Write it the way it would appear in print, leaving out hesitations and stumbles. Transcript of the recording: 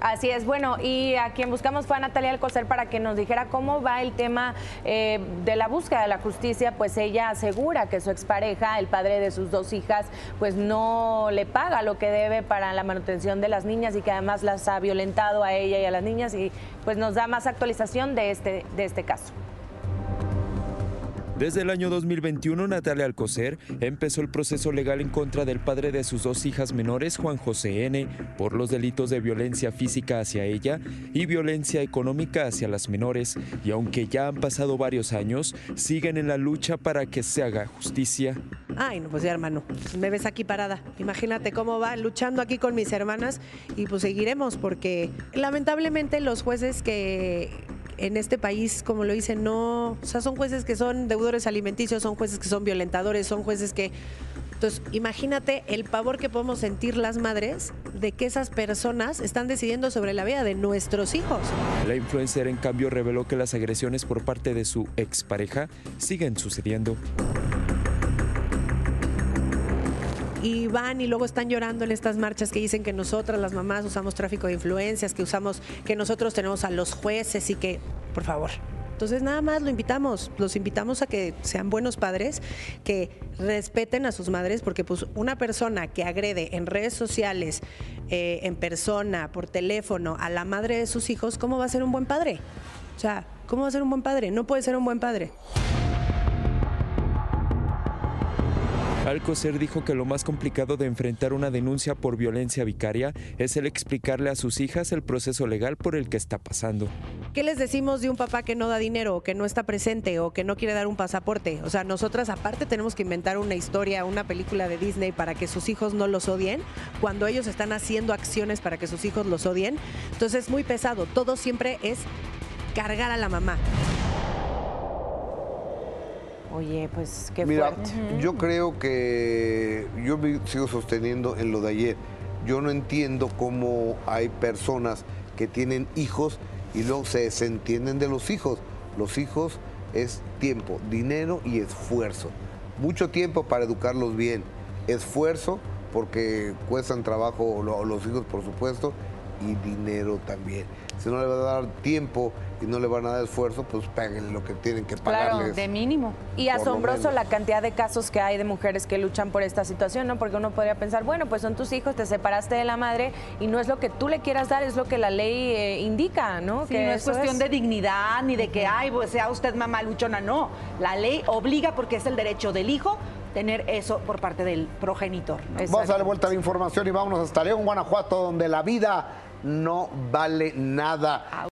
Así es, bueno, y a quien buscamos fue a Natalia Alcocer para que nos dijera cómo va el tema de la búsqueda de la justicia, pues ella asegura que su expareja, el padre de sus dos hijas, pues no le paga lo que debe para la manutención de las niñas y que además las ha violentado a ella y a las niñas, y pues nos da más actualización de este caso. Desde el año 2021, Natalia Alcocer empezó el proceso legal en contra del padre de sus dos hijas menores, Juan José N., por los delitos de violencia física hacia ella y violencia económica hacia las menores. Y aunque ya han pasado varios años, siguen en la lucha para que se haga justicia. Ay, no, pues ya, hermano, me ves aquí parada. Imagínate cómo va, luchando aquí con mis hermanas, y pues seguiremos, porque lamentablemente los jueces que en este país, como lo dicen, no, o sea, son jueces que son deudores alimenticios, son jueces que son violentadores, son jueces que... Entonces, imagínate el pavor que podemos sentir las madres de que esas personas están decidiendo sobre la vida de nuestros hijos. La influencer, en cambio, reveló que las agresiones por parte de su expareja siguen sucediendo. Y van y luego están llorando en estas marchas que dicen que nosotras, las mamás, usamos tráfico de influencias, que nosotros tenemos a los jueces y que, por favor. Entonces nada más los invitamos a que sean buenos padres, que respeten a sus madres, porque pues una persona que agrede en redes sociales, en persona, por teléfono, a la madre de sus hijos, ¿cómo va a ser un buen padre? O sea, ¿cómo va a ser un buen padre? No puede ser un buen padre. Alcocer dijo que lo más complicado de enfrentar una denuncia por violencia vicaria es el explicarle a sus hijas el proceso legal por el que está pasando. ¿Qué les decimos de un papá que no da dinero, o que no está presente, o que no quiere dar un pasaporte? O sea, nosotras aparte tenemos que inventar una historia, una película de Disney para que sus hijos no los odien, cuando ellos están haciendo acciones para que sus hijos los odien. Entonces es muy pesado, todo siempre es cargar a la mamá. Oye, pues qué Mira, fuerte. yo creo que yo sigo sosteniendo en lo de ayer. Yo no entiendo cómo hay personas que tienen hijos y luego se desentienden de los hijos. Los hijos es tiempo, dinero y esfuerzo. Mucho tiempo para educarlos bien. Esfuerzo porque cuestan trabajo los hijos, por supuesto, y dinero también. Si no le va a dar tiempo y no le van a dar esfuerzo, pues paguen lo que tienen que pagarles. Claro, de mínimo. Y asombroso la cantidad de casos que hay de mujeres que luchan por esta situación, ¿no? Porque uno podría pensar, bueno, pues son tus hijos, te separaste de la madre y no es lo que tú le quieras dar, es lo que la ley indica, ¿no? Sí, que no es cuestión de dignidad ni de que, ay, pues sea usted mamá luchona, no. La ley obliga, porque es el derecho del hijo, tener eso por parte del progenitor, ¿no? Vamos a darle vuelta a la información y vámonos hasta León, Guanajuato, donde la vida no vale nada.